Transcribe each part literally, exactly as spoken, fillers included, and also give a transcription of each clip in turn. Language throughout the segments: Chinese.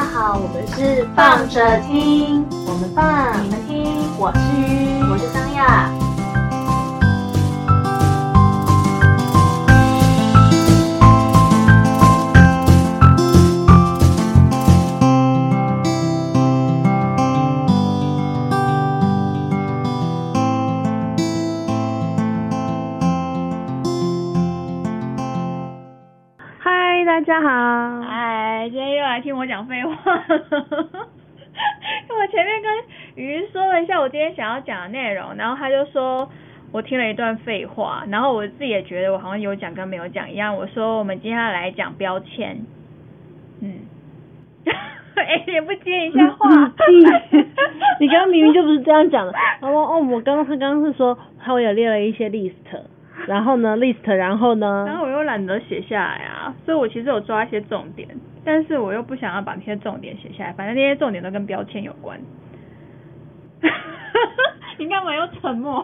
好，我们是放着听，我们放，你们听，我是鱼，我是张亚。 嗨，大家好。 哎，今天又来听我讲废话。我前面跟鱼说了一下我今天想要讲的内容，然后他就说我听了一段废话，然后我自己也觉得我好像有讲跟没有讲一样。我说我们今天要来讲标签，嗯，哎，也不接一下话。 你刚刚明明就不是这样讲的。然后哦，我刚刚他刚刚是说他有列了一些 list。然后呢 list 然后呢然后我又懒得写下来啊，所以我其实有抓一些重点，但是我又不想要把那些重点写下来，反正那些重点都跟标签有关。你干嘛又沉默？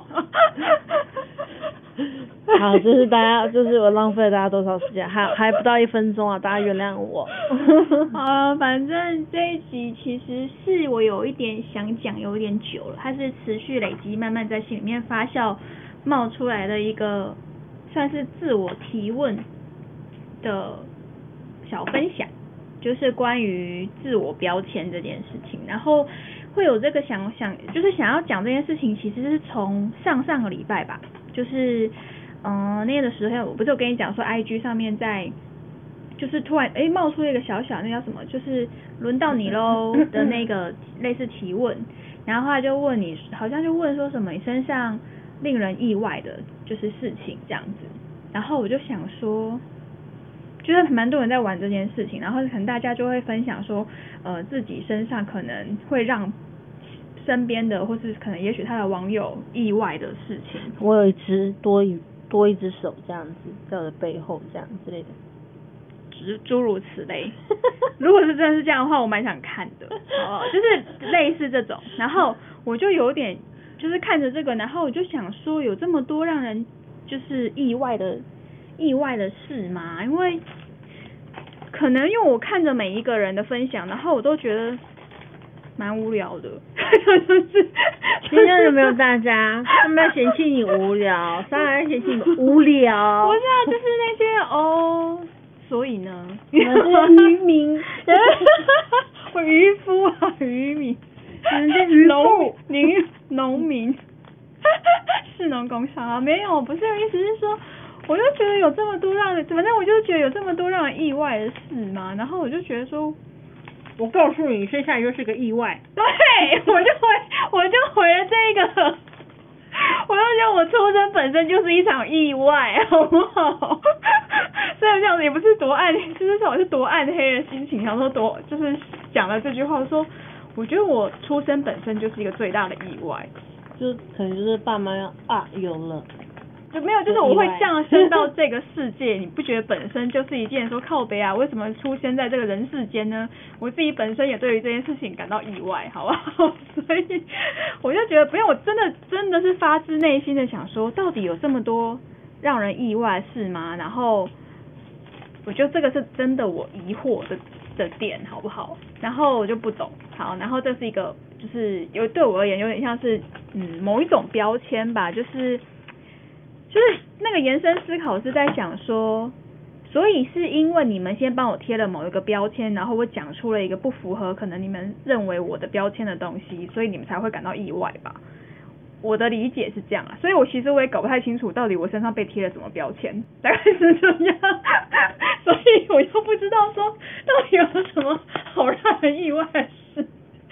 好，就是大家就是我浪费了大家多少时间，还还不到一分钟啊，大家原谅我。 呃，反正这一集其实是我有一点想讲有一点久了，它是持续累积慢慢在心里面发酵冒出来的一个算是自我提问的小分享，就是关于自我标签这件事情。然后会有这个想想就是想要讲这件事情，其实是从上上个礼拜吧，就是嗯、呃、那个时候我不是有跟你讲说 I G 上面在就是突然诶冒出一个小小那叫什么，就是轮到你咯的那个类似提问，然后他就问你，好像就问说什么你身上令人意外的就是事情这样子，然后我就想说，就是蛮多人在玩这件事情，然后可能大家就会分享说，呃，自己身上可能会让身边的或是可能也许他的网友意外的事情。 我有一只多一多一只手这样子在我的背后这样之类的， 诸诸如此类。如果是真的是这样的话，我蛮想看的，哦，就是类似这种，然后我就有点。就是看着这个，然后我就想说，有这么多让人就是意外的意外的事吗？因为可能因为我看着每一个人的分享，然后我都觉得蛮无聊的。就是今天有没有大家？他们在嫌弃你无聊，当然嫌弃你无聊。 不是啊，就是那些哦，所以呢， 我是渔民， 我渔夫啊，渔民。 人家渔夫，您农民，是农工商啊？没有，不是，意思是说，我就觉得有这么多让人，反正我就觉得有这么多让人意外的事嘛，然后我就觉得说， 我告诉你，生下来就是个意外。 对，我就回，我就回了这个，我就觉得我出生本身就是一场意外，好不好？虽然这样子也不是多暗，就是说我是多暗黑的心情，想说多，就是讲了这句话说。我觉得我出生本身就是一个最大的意外， 就可能就是爸妈要啊有了， 就没有，就是我会降生到这个世界，你不觉得本身就是一件说靠北啊？为什么出现在这个人世间呢？我自己本身也对于这件事情感到意外，好不好？所以我就觉得不用，我真的真的是发自内心的想说，到底有这么多让人意外的事吗？然后我觉得这个是真的我疑惑的。的点好不好？然后我就不懂，好，然后这是一个就是有对我而言有点像是嗯某一种标签吧，就是就是那个延伸思考是在想说，所以是因为你们先帮我贴了某一个标签，然后我讲出了一个不符合可能你们认为我的标签的东西，所以你们才会感到意外吧？我的理解是这样啊，所以我其实我也搞不太清楚到底我身上被贴了什么标签，大概是这样，所以我又不知道说到底有什么好让人意外的事。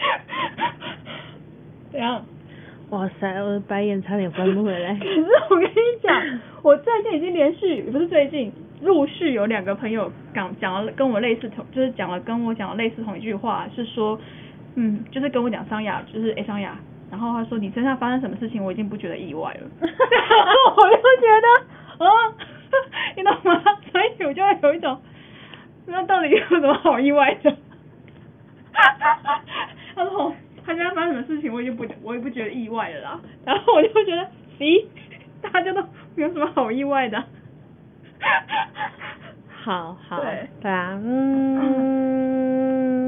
怎样？ 哇塞，我的白眼差点翻不回来。 可是我跟你讲，我最近已经连续不是最近陆续有两个朋友讲讲了跟我类似同，就是讲了跟我讲了类似同一句话，是说，嗯，就是跟我讲桑雅，就是哎桑雅。然后他说你身上发生什么事情我已经不觉得意外了。然后我就觉得啊，你懂吗？所以我就会有一种那到底有什么好意外的？他说他身上发生什么事情我已经不我也不觉得意外了啦。然后我就觉得咦，大家都没有什么好意外的。 好好对对啊，嗯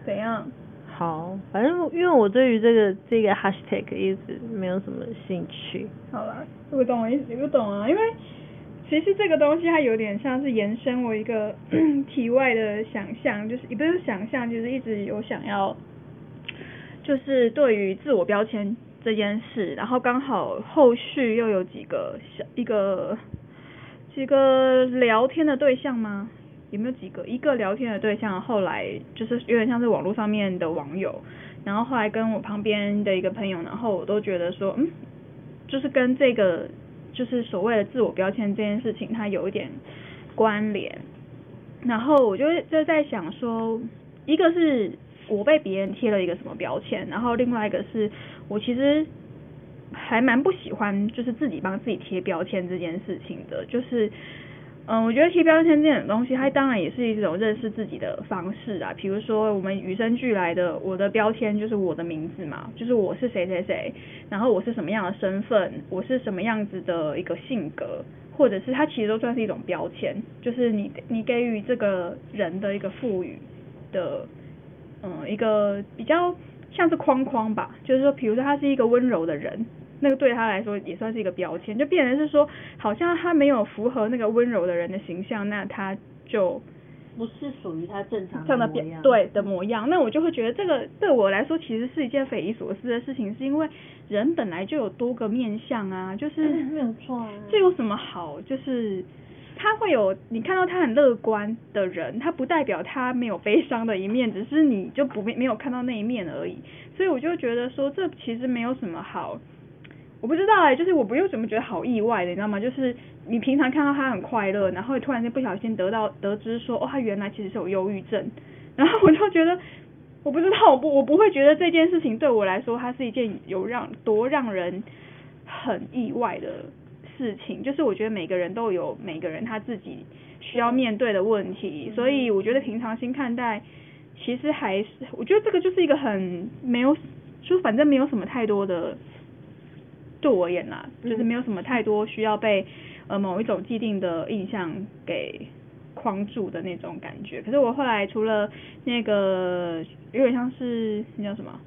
怎样？ 好，反正因为我对于这个这个 hashtag 一直没有什么兴趣。 好啦，我懂我意思，我懂啊，因为其实这个东西它有点像是延伸我一个题外的想象，就是也不是想象，就是一直有想要，就是对于自我标签这件事，然后刚好后续又有几个小一个几个聊天的对象吗？有没有几个一个聊天的对象，后来就是有点像是网络上面的网友，然后后来跟我旁边的一个朋友，然后我都觉得说，嗯，就是跟这个就是所谓的自我标签这件事情，它有一点关联。然后我就就在想说，一个是我被别人贴了一个什么标签，然后另外一个是我其实还蛮不喜欢就是自己帮自己贴标签这件事情的，就是嗯，我觉得贴标签这种东西，它当然也是一种认识自己的方式啊。比如说我们与生俱来的，我的标签就是我的名字嘛，就是我是谁谁谁，然后我是什么样的身份，我是什么样子的一个性格，或者是它其实都算是一种标签，就是你你给予这个人的一个赋予的，嗯，一个比较像是框框吧。就是说，比如说他是一个温柔的人。那个对他来说也算是一个标签，就变成是说，好像他没有符合那个温柔的人的形象，那他就不是属于他正常的模样，对的模样。那我就会觉得这个对我来说其实是一件匪夷所思的事情，是因为人本来就有多个面相啊，就是没有错啊， 这有什么好？就是他会有你看到他很乐观的人，他不代表他没有悲伤的一面，只是你就不没有看到那一面而已。所以我就觉得说，这其实没有什么好。我不知道哎、欸，就是我不用怎么觉得好意外的，你知道吗？就是你平常看到他很快乐，然后突然间不小心得到得知说，哦，他原来其实是有忧郁症，然后我就觉得，我不知道，我不我不会觉得这件事情对我来说，它是一件有让多让人很意外的事情。就是我觉得每个人都有每个人他自己需要面对的问题，所以我觉得平常心看待，其实还是我觉得这个就是一个很没有，就反正没有什么太多的。对我而言啦，就是没有什么太多需要被呃某一种既定的印象给框住的那种感觉。可是我后来除了那个有点像是那叫什么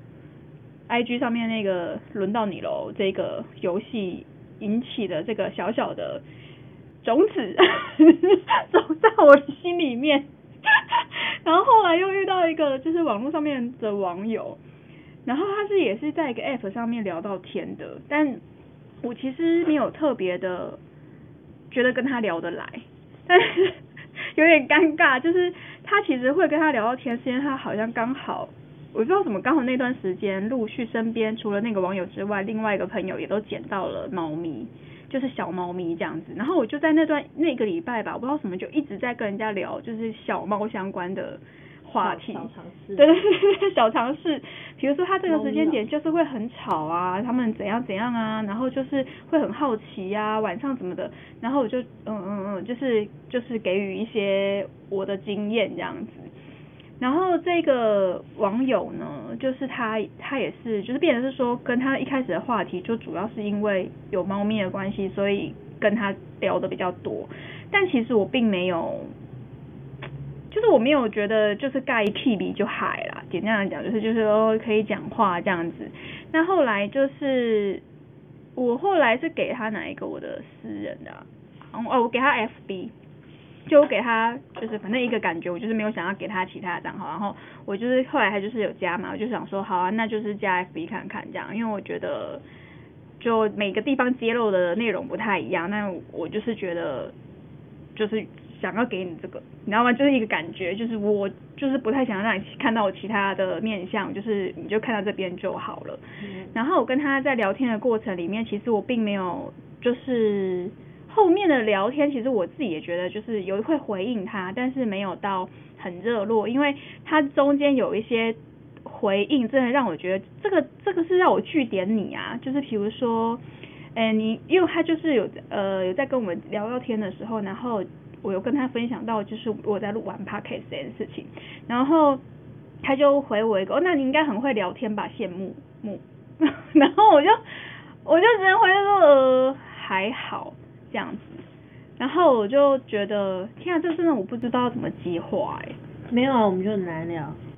I G 上面那个轮到你喽这个游戏引起的这个小小的种子走在我心里面，然后后来又遇到一个就是网络上面的网友。然后他是也是在一个 app 上面聊到天的，但我其实没有特别的觉得跟他聊得来，但是有点尴尬，就是他其实会跟他聊到天，是因为他好像刚好，我不知道怎么刚好那段时间陆续身边除了那个网友之外，另外一个朋友也都捡到了猫咪，就是小猫咪这样子，然后我就在那段那个礼拜吧，我不知道什么就一直在跟人家聊就是小猫相关的话题， 小尝试， 对对对，小尝试，比如说他这个时间点就是会很吵啊，他们怎样怎样啊，然后就是会很好奇呀、啊，晚上什么的，然后我就嗯嗯嗯，就是就是给予一些我的经验这样子。然后这个网友呢，就是他他也是就是变成是说跟他一开始的话题就主要是因为有猫咪的关系，所以跟他聊的比较多，但其实我并没有。就是我没有觉得就是盖一屁鼻就嗨啦，简单来讲就是就是哦可以讲话这样子。那后来就是我后来是给他哪一个我的私人的、啊，哦我给他 F B， 就我给他就是反正一个感觉，我就是没有想要给他其他的账号，然后我就是后来他就是有加嘛，我就想说好啊，那就是加 F B 看看这样，因为我觉得就每个地方揭露的内容不太一样，那我就是觉得就是想要给你这个，你知道吗？就是一个感觉，就是我就是不太想让你看到我其他的面相，就是你就看到这边就好了。嗯、然后我跟他在聊天的过程里面，其实我并没有就是后面的聊天，其实我自己也觉得就是有会回应他，但是没有到很热络，因为他中间有一些回应，真的让我觉得这个这个是让我句点你啊，就是比如说，哎你因为他就是有呃有在跟我们聊聊天的时候，然后。我有跟他分享到，就是我在录完 podcast 这件事情，然后他就回我一个，哦，那你应该很会聊天吧，羡慕慕，然后我就我就只能回他说，呃，还好这样子，然后我就觉得，天啊，这真的我不知道怎么接话哎、欸。 没有啊，我们就很难聊。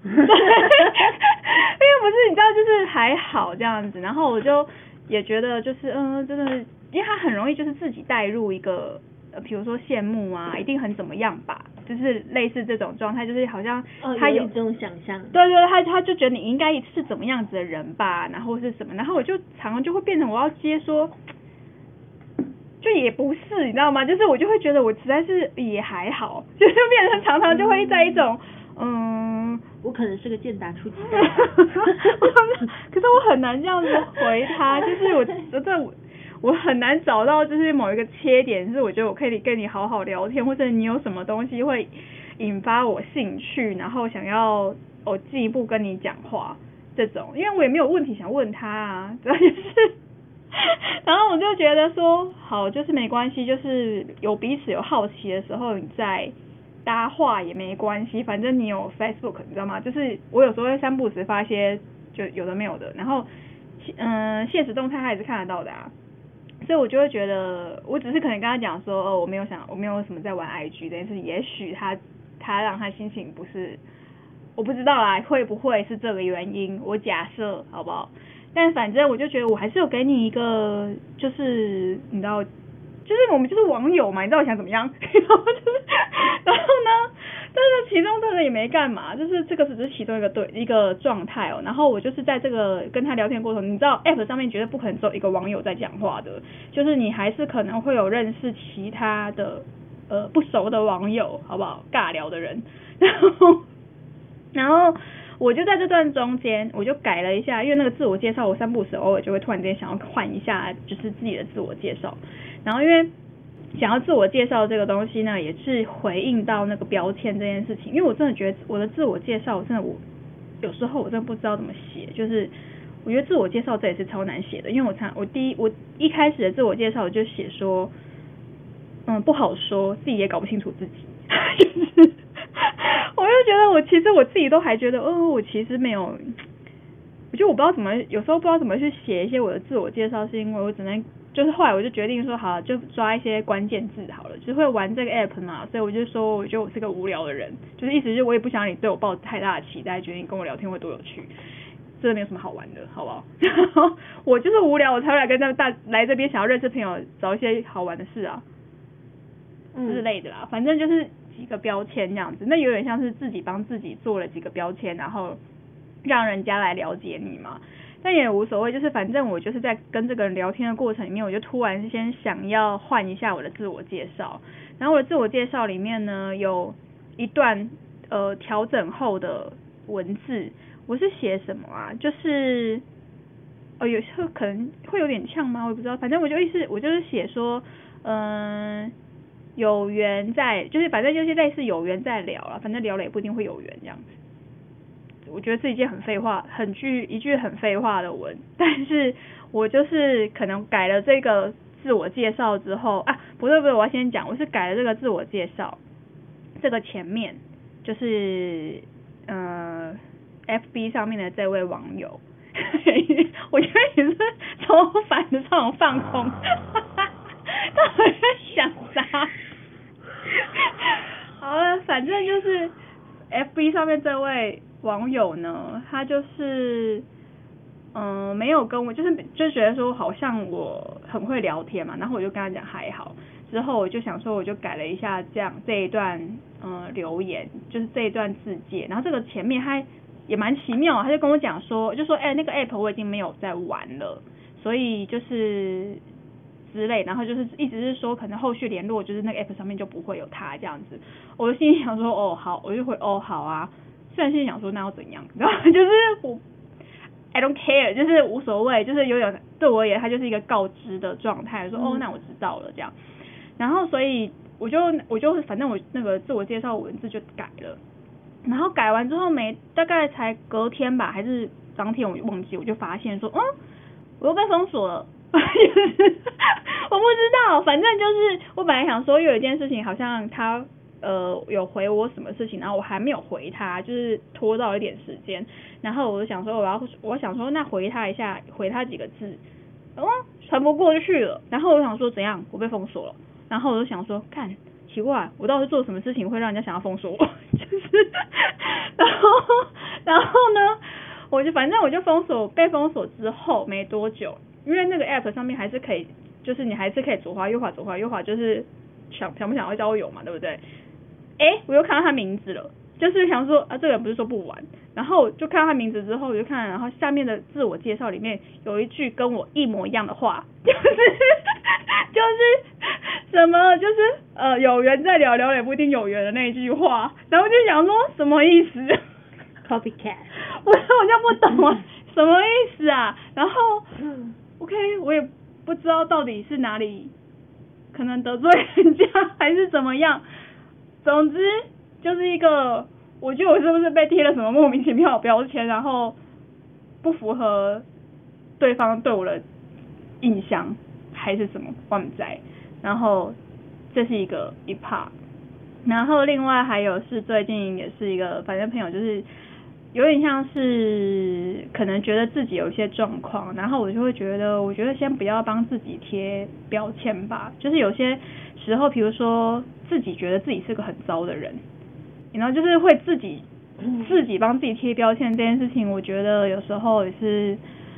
因为不是你知道就是还好这样子，然后我就也觉得就是嗯、呃、真的，因为他很容易就是自己带入一个呃比如说羡慕啊，一定很怎么样吧，就是类似这种状态，就是好像他有一种想象， 对对，他他就觉得你应该是怎么样子的人吧，然后是什么，然后我就常常就会变成我要接说。就也不是，你知道吗？就是我就会觉得我实在是也还好，就是变成常常就会在一种，嗯， 我可能是个健达出奇蛋， 可是我很难这样子回他，就是我真的我我很难找到就是某一个切点，就是我觉得我可以跟你好好聊天，或者你有什么东西会引发我兴趣，然后想要我进一步跟你讲话这种，因为我也没有问题想问他啊，主要就是。然后我就觉得说，好，就是没关系，就是有彼此有好奇的时候，你再搭话也没关系，反正你有 Facebook， 你知道吗？就是我有时候会三不五时发一些就有的没有的，然后嗯、呃，现实动态他也是看得到的啊，所以我就会觉得，我只是可能跟他讲说，哦，我没有想，我没有什么在玩 I G 这件事，也许他他让他心情不是，我不知道啦，会不会是这个原因？我假设好不好？但反正我就觉得我还是有给你一个，就是你知道，就是我们就是网友嘛，你知道我想怎么样？然后就是，然后呢，但是其中真的也没干嘛，就是这个只是其中一个对一个状态哦。然后我就是在这个跟他聊天过程，你知道 App 上面绝对不可能只有一个网友在讲话的，就是你还是可能会有认识其他的呃不熟的网友，好不好？尬聊的人，然后，然后。我就在这段中间，我就改了一下，因为那个自我介绍，我三不五时偶尔就会突然间想要换一下，就是自己的自我介绍。然后因为想要自我介绍这个东西呢，也是回应到那个标签这件事情。因为我真的觉得我的自我介绍，我真的我有时候我真的不知道怎么写，就是我觉得自我介绍这也是超难写的，因为我常我第一我一开始的自我介绍我就写说，嗯不好说，自己也搞不清楚自己，就是。我就觉得我其实我自己都还觉得，哦，我其实没有，我觉得我不知道怎么，有时候不知道怎么去写一些我的自我介绍，是因为我只能就是后来我就决定说，好，就抓一些关键字好了，就是会玩这个 app 嘛，所以我就说，我觉得我是个无聊的人，就是意思就是我也不想你对我抱太大的期待，决定跟我聊天会多有趣，真的没有什么好玩的，好不好？然后我就是无聊，我才会来跟他们大来这边想要认识朋友，找一些好玩的事啊，之类的啦，反正就是。几个标签这样子，那有点像是自己帮自己做了几个标签，然后让人家来了解你嘛。但也无所谓，就是反正我就是在跟这个人聊天的过程里面，我就突然先想要换一下我的自我介绍。然后我的自我介绍里面呢，有一段呃调整后的文字，我是写什么啊？就是哦，有时候可能会有点呛吗？我也不知道，反正我就意思我就是写说，嗯、呃。有缘在，就是反正就是类似有缘在聊了，反正聊了也不一定会有缘这样子。我觉得是一件很废话，很句一句很废话的文，但是我就是可能改了这个自我介绍之后啊，不对不对，我要先讲，我是改了这个自我介绍，这个前面就是呃 F B 上面的这位网友，我觉得你是超烦的这种放空，到底在想啥？好了，反正就是 F B 上面这位网友呢，他就是嗯、呃、没有跟我，就是就觉得说好像我很会聊天嘛，然后我就跟他讲还好，之后我就想说我就改了一下这样这一段嗯、呃、留言，就是这一段自介，然后这个前面他也蛮奇妙，他就跟我讲说，就说哎、欸、那个 app 我已经没有在玩了，所以就是之类，然后就是一直是说可能后续联络就是那个 app 上面就不会有他这样子，我就心里想说哦好，我就会哦好啊，虽然心里想说那要怎样，然后就是我 I don't care， 就是无所谓，就是有点对我而言，它就是一个告知的状态，说哦那我知道了这样，然后所以我就我就反正我那个自我介绍文字就改了，然后改完之后没大概才隔天吧，还是当天我忘记，我就发现说嗯我又被封锁了。我不知道，反正就是我本来想说有一件事情好像他呃有回我什么事情，然后我还没有回他，就是拖到一点时间，然后我就想说我要我想说那回他一下，回他几个字，哦传不过去了，然后我想说怎样我被封锁了，然后我就想说看奇怪我到底做什么事情会让人家想要封锁我，就是然后然后呢，我就反正我就封锁，被封锁之后没多久，因为那个 app 上面还是可以，就是你还是可以左滑右滑左滑右滑，就是想想不想要交友嘛，对不对？哎，我又看到他名字了，就是想说啊，这个人不是说不玩，然后就看到他名字之后，我就看，然后下面的自我介绍里面有一句跟我一模一样的话，就是就是什么，就是呃有缘再聊聊也不一定有缘的那一句话，然后就想说什么意思 ？Copycat， 我我就不懂啊，什么意思啊？然后嗯 ，OK， 我也不知道到底是哪里可能得罪人家还是怎么样。总之就是一个，我觉得我是不是被贴了什么莫名其妙的标签，然后不符合对方对我的印象还是什么，我不知道。然后这是一个一 part， 然后另外还有是最近也是一个，反正朋友就是有点像是可能觉得自己有一些状况，然后我就会觉得，我觉得先不要帮自己贴标签吧，就是有些时候，比如说自己觉得自己是个很糟的人，然后就是会自己自己帮自己贴标签这件事情，我觉得有时候也是，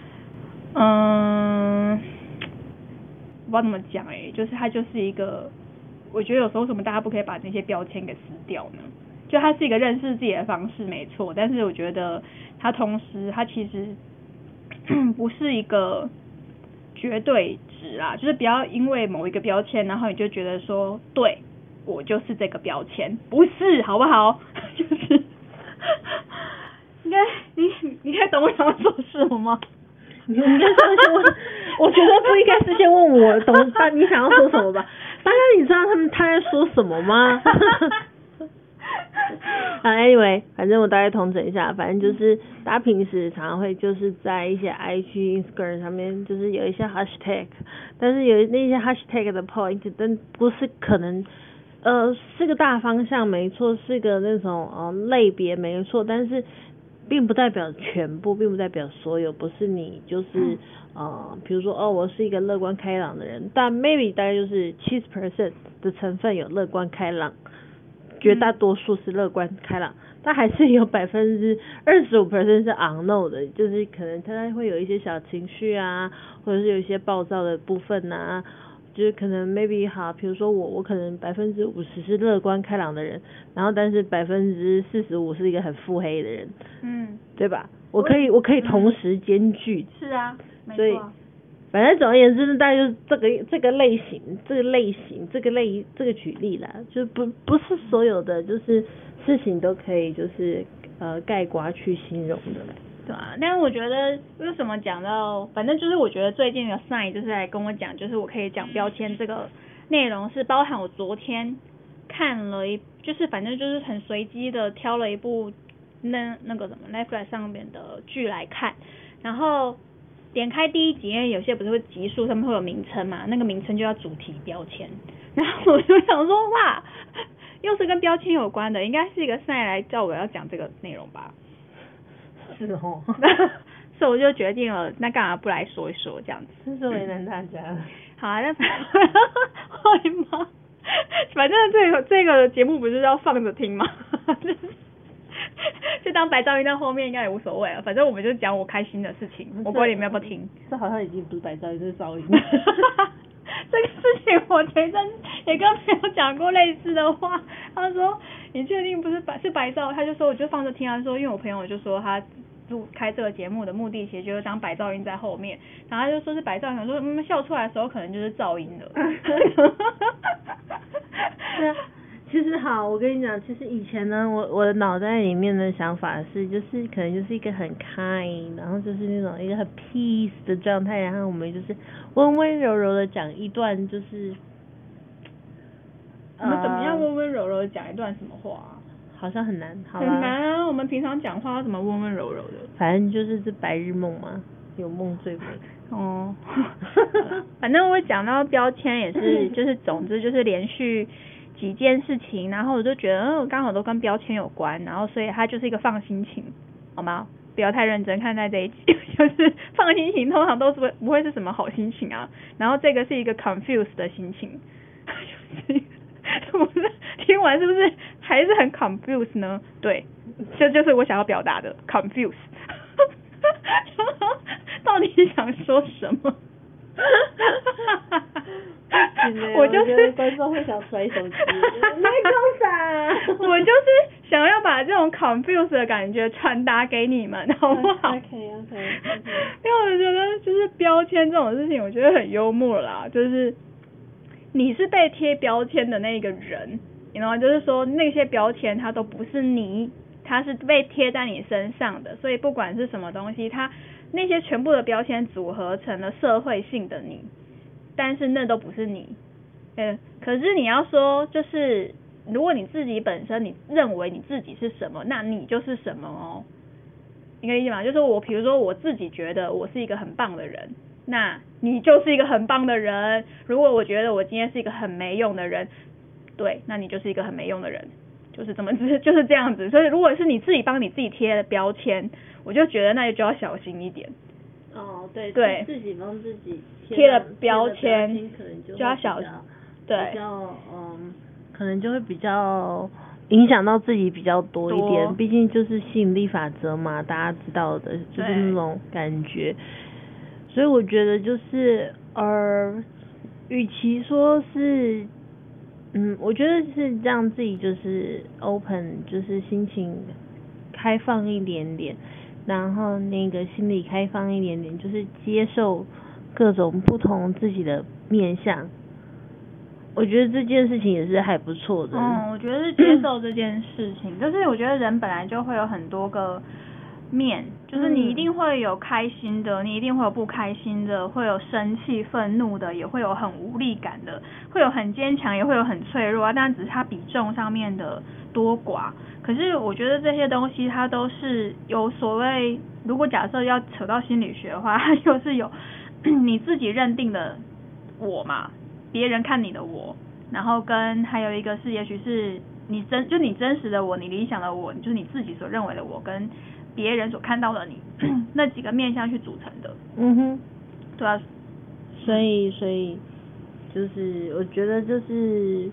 嗯，不知道怎么讲哎、欸，就是它就是一个，我觉得有时候为什么大家不可以把那些标签给撕掉呢？就它是一个认识自己的方式，没错，但是我觉得它同时它其实不是一个绝对值啦，就是不要因为某一个标签，然后你就觉得说，对我就是这个标签，不是，好不好？就是应该你你应该懂我想要说什么吗？ 你应该先问，我觉得不应该是先问我懂你想要说什么吧？大家你知道他们他在说什么吗？啊 ，anyway， 反正我大概统整一下，反正就是大家平时常常会就是在一些 I G、Instagram 上面，就是有一些 hashtag， 但是有那些 hashtag 的 point， 但不是可能，呃，是个大方向没错，是个那种呃类别没错，但是并不代表全部，并不代表所有，不是你就是呃，比如说哦，我是一个乐观开朗的人，但 maybe 大概就是七十 percent 的成分有乐观开朗。绝大多数是乐观开朗，但还是有百分之二十五 percent 是 unknown 的，就是可能他会有一些小情绪啊，或者是有一些暴躁的部分啊，就是可能 maybe 好，比如说我我可能百分之五十是乐观开朗的人，然后但是百分之四十五是一个很腹黑的人，嗯，对吧？我可以我可以同时兼具， 嗯、是啊，没错。反正总而言之呢，大概就是这个这个类型，这个类型，这个类这个举例啦，就不不是所有的就是事情都可以就是呃概括去形容的。 对啊，但是我觉得为什么讲到，反正就是我觉得最近的 sign 就是来跟我讲，就是我可以讲标签这个内容是包含我昨天看了一，就是反正就是很随机的挑了一部那那个什么 Netflix 上面的剧来看，然后。点开第一集，因为有些不是会集数上面会有名称嘛，那个名称就叫主题标签。然后我就想说，哇，又是跟标签有关的，应该是一个赛来叫我要讲这个内容吧？ 是哦。 所以我就决定了，那干嘛不来说一说这样子？ 真是为难大家了。 好啊，那会吗？反正这个这个节目不是要放着听吗？就当白噪音在后面应该也无所谓了，反正我们就讲我开心的事情，我管你们要不要听。 这好像已经不是白噪音，这是噪音。 这个事情我前阵也跟朋友讲过类似的话，他说你确定不是白是白噪？他就说我就放着听，他说因为我朋友就说他录开这个节目的目的其实就是当白噪音在后面，然后他就说是白噪音，想说嗯笑出来的时候可能就是噪音了。 其实好，我跟你讲，其实以前呢，我我的脑袋里面的想法是，就是可能就是一个很 kind， 然后就是那种一个很 peace 的状态，然后我们就是温温柔柔的讲一段，就是， 我们怎么样温温柔柔的讲一段什么话、啊？ 好像很难，好很难啊！我们平常讲话要怎么温温柔柔的？ 反正就是这白日梦嘛，有梦最美。 哦，反正我讲到标签也是，就是总之就是连续。几件事情，然后我就觉得，嗯，刚好都跟标签有关，然后所以它就是一个放心情，好吗？不要太认真看待这一集，就是放心情通常都是不会是什么好心情啊，然后这个是一个 confused 的心情，就是听完是不是还是很 confused 呢？对， 这就是我想要表达的 confuse 到底想说什么我就是观众会想摔手机没空啥我就是想要把这种 confuse 的感觉传达给你们好不好 OK OK, okay. 因为我觉得就是标签这种事情我觉得很幽默啦，就是你是被贴标签的那个人，你知道吗？就是说那些标签它都不是你，它是被贴在你身上的，所以不管是什么东西，它那些全部的标签组合成了社会性的你，但是那都不是你。嗯，可是你要说就是如果你自己本身你认为你自己是什么，那你就是什么哦。你可以理解吗？就是我比如说我自己觉得我是一个很棒的人，那你就是一个很棒的人。如果我觉得我今天是一个很没用的人，对，那你就是一个很没用的人，就是怎么就是这样子。所以如果是你自己帮你自己贴的标签，我就觉得那就要小心一点。 哦，对， 对， 自己帮自己贴了标签， 可能就就要小心，对， 比较嗯，可能就会比较影响到自己比较多一点。毕竟就是吸引力法则嘛，大家知道的，就是那种感觉。所以我觉得就是呃，与其说是嗯，我觉得是让自己就是 open， 就是心情开放一点点，然后那个心理开放一点点，就是接受各种不同自己的面向。我觉得这件事情也是还不错的。 嗯，我觉得是接受这件事情，就是我觉得人本来就会有很多个面，就是你一定会有开心的，你一定会有不开心的，会有生气愤怒的，也会有很无力感的，会有很坚强，也会有很脆弱啊，但只是它比重上面的多寡。可是我觉得这些东西它都是有所谓，如果假设要扯到心理学的话，它就是有你自己认定的我嘛，别人看你的我，然后跟还有一个是也许是你真就你真实的我，你理想的我，就是你自己所认为的我跟别人所看到的你那几个面向去组成的。 嗯哼， 对啊， 所以所以就是我觉得就是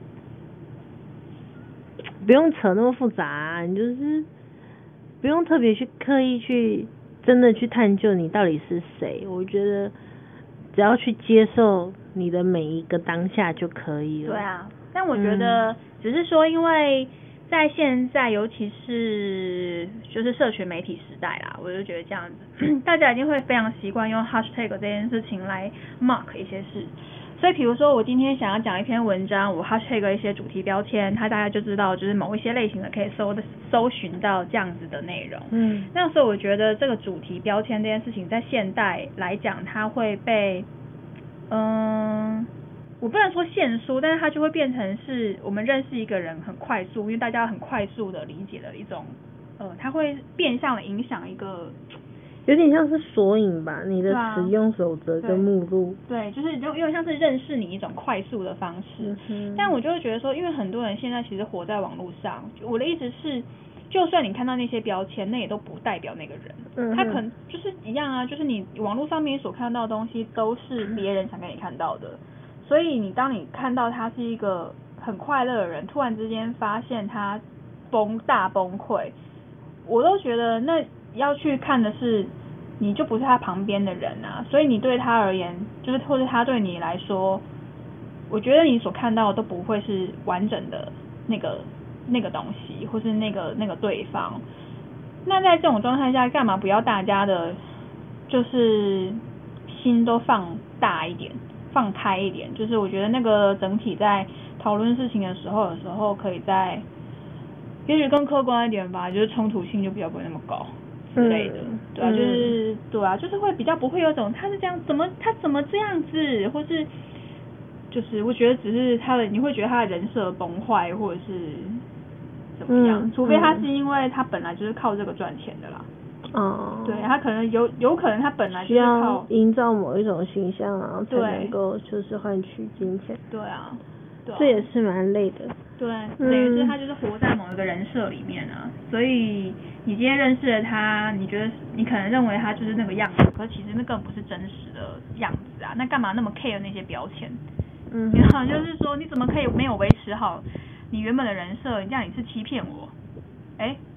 不用扯那么复杂啊，你就是不用特别去刻意去真的去探究你到底是谁。我觉得只要去接受你的每一个当下就可以了。 对啊，但我觉得只是说因为在现在尤其是就是社群媒体时代啦，我就觉得这样子大家一定会非常习惯用 hashtag 这件事情来 mark 一些事。所以比如说我今天想要讲一篇文章，我 hashtag 一些主题标签，它大家就知道就是某一些类型的可以搜的搜寻到这样子的内容。 嗯， 那所以我觉得这个主题标签这件事情在现代来讲，它会被嗯我不能说限缩，但是它就会变成是我们认识一个人很快速，因为大家很快速的理解的一种呃它会变相的影响一个有点像是索引吧，你的使用守则跟目录。 对，就是有点像是认识你一种快速的方式。嗯、但我就会觉得说，因为很多人现在其实活在网络上，我的意思是，就算你看到那些标签，那也都不代表那个人。嗯，他可能就是一样啊，就是你网络上面所看到的东西都是别人想给你看到的。所以你当你看到他是一个很快乐的人，突然之间发现他崩大崩溃，我都觉得那要去看的是你就不是他旁边的人啊，所以你对他而言，就是或者他对你来说，我觉得你所看到的都不会是完整的那个那个东西，或是那个那个对方。那在这种状态下，干嘛不要大家的，就是心都放大一点，放开一点？就是我觉得那个整体在讨论事情的时候，有时候可以在，也许更客观一点吧，就是冲突性就比较不会那么高之类的，嗯、对啊，就是、嗯、对啊，就是会比较不会有种他是这样，怎么他怎么这样子，或是就是我觉得只是他的，你会觉得他的人设崩坏，或者是怎么样？嗯、除非他是因为他本来就是靠这个赚钱的啦。哦、嗯，对他可能有有可能他本来就是靠营造某一种形象，然后才能够就是换取金钱。 对啊，对啊， 这也是蛮累的。 对，等于是他就是活在某一个人设里面啊，所以你今天认识了他，你觉得你可能认为他就是那个样子，可是其实那根本不是真实的样子啊，那干嘛那么 care 那些标签？嗯，你好像就是说你怎么可以没有维持好你原本的人设，你这样你是欺骗我？哎，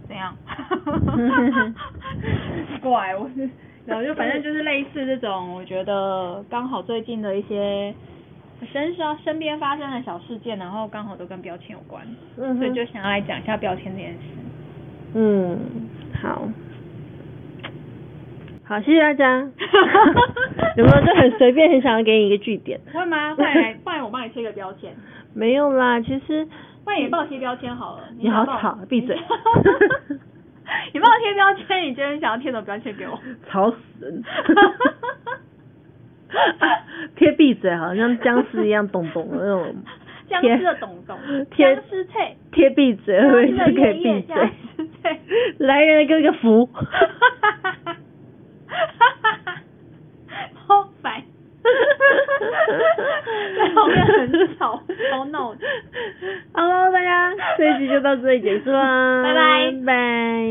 怎样？怪我是，然后就反正就是类似这种，我觉得刚好最近的一些身上身边发生的小事件，然后刚好都跟标签有关，嗯、所以就想要来讲一下标签这件事。 嗯，好。好，谢谢大家。有没有就很随便，很想要给你一个句点？ 会吗？不然不然我帮你贴个标签。 没有啦，其实。 不然你帮我贴标签好了。 你好吵，闭嘴。 你帮我贴标签，你今天想要贴什么标签给我？ 吵死人。贴闭嘴，好像僵尸一样咚咚的那种。 僵尸的咚咚。 贴僵尸脆。 贴闭嘴，会不会就可以闭嘴？来人给我个福。 超烦。在后面很吵，超闹的。 Hello， 大家，这一集就到这里结束啦， 拜拜， 拜。